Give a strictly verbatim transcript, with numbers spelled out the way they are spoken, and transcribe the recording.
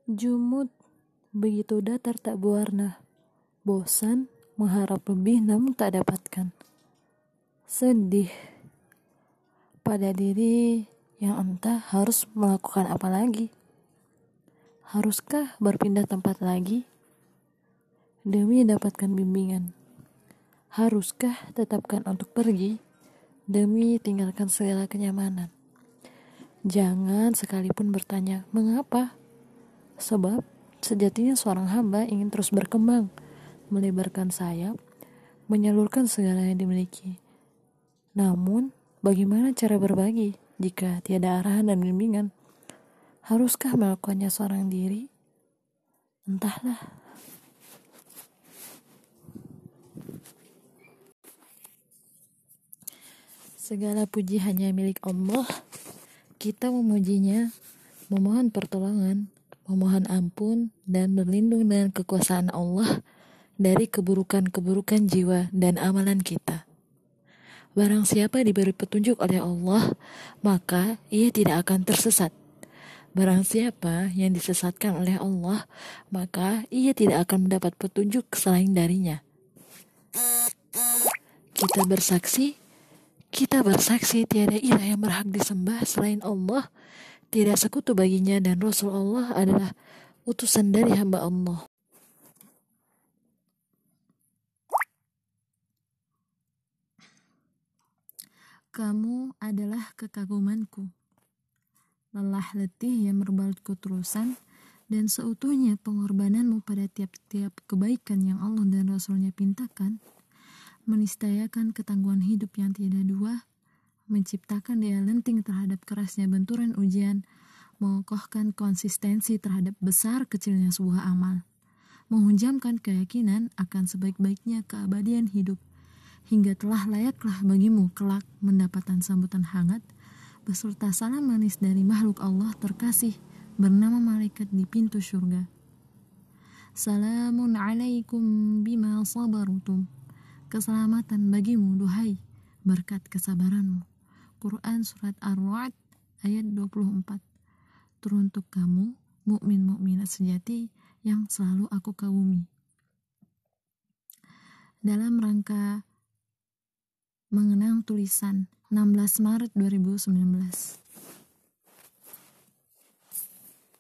Jumud, begitu datar tak berwarna. Bosan, mengharap lebih namun tak dapatkan. Sedih pada diri yang entah harus melakukan apa lagi. Haruskah berpindah tempat lagi demi dapatkan bimbingan? Haruskah tetapkan untuk pergi demi tinggalkan segala kenyamanan? Jangan sekalipun bertanya mengapa. Sebab sejatinya seorang hamba ingin terus berkembang, melebarkan sayap, menyalurkan segala yang dimiliki. Namun, bagaimana cara berbagi jika tiada arahan dan bimbingan? Haruskah melakukannya seorang diri? Entahlah. Segala puji hanya milik Allah. Kita memujinya, memohon pertolongan, memohon ampun, dan berlindung dengan kekuasaan Allah dari keburukan-keburukan jiwa dan amalan kita. Barang siapa diberi petunjuk oleh Allah, maka ia tidak akan tersesat. Barang siapa yang disesatkan oleh Allah, maka ia tidak akan mendapat petunjuk selain darinya. Kita bersaksi, kita bersaksi tiada ilah yang berhak disembah selain Allah, tidak sekutu baginya, dan Rasul Allah adalah utusan dari hamba Allah. Kamu adalah kekagumanku, lelah letih yang berbalut ketulusan, dan seutuhnya pengorbananmu pada tiap-tiap kebaikan yang Allah dan Rasulnya pintakan, menistayakan ketangguhan hidup yang tiada dua, menciptakan daya lenting terhadap kerasnya benturan ujian, mengokohkan konsistensi terhadap besar kecilnya sebuah amal, menghujamkan keyakinan akan sebaik-baiknya keabadian hidup, hingga telah layaklah bagimu kelak mendapatkan sambutan hangat beserta salam manis dari makhluk Allah terkasih bernama malaikat di pintu surga. Salamun alaikum bima sabartum. Keselamatan bagimu duhai berkat kesabaranmu. Quran surat Ar-Ra'd ayat dua puluh empat. Teruntuk kamu mukmin-mukminat sejati yang selalu aku kagumi. Dalam rangka mengenang tulisan enam belas Maret dua ribu sembilan belas.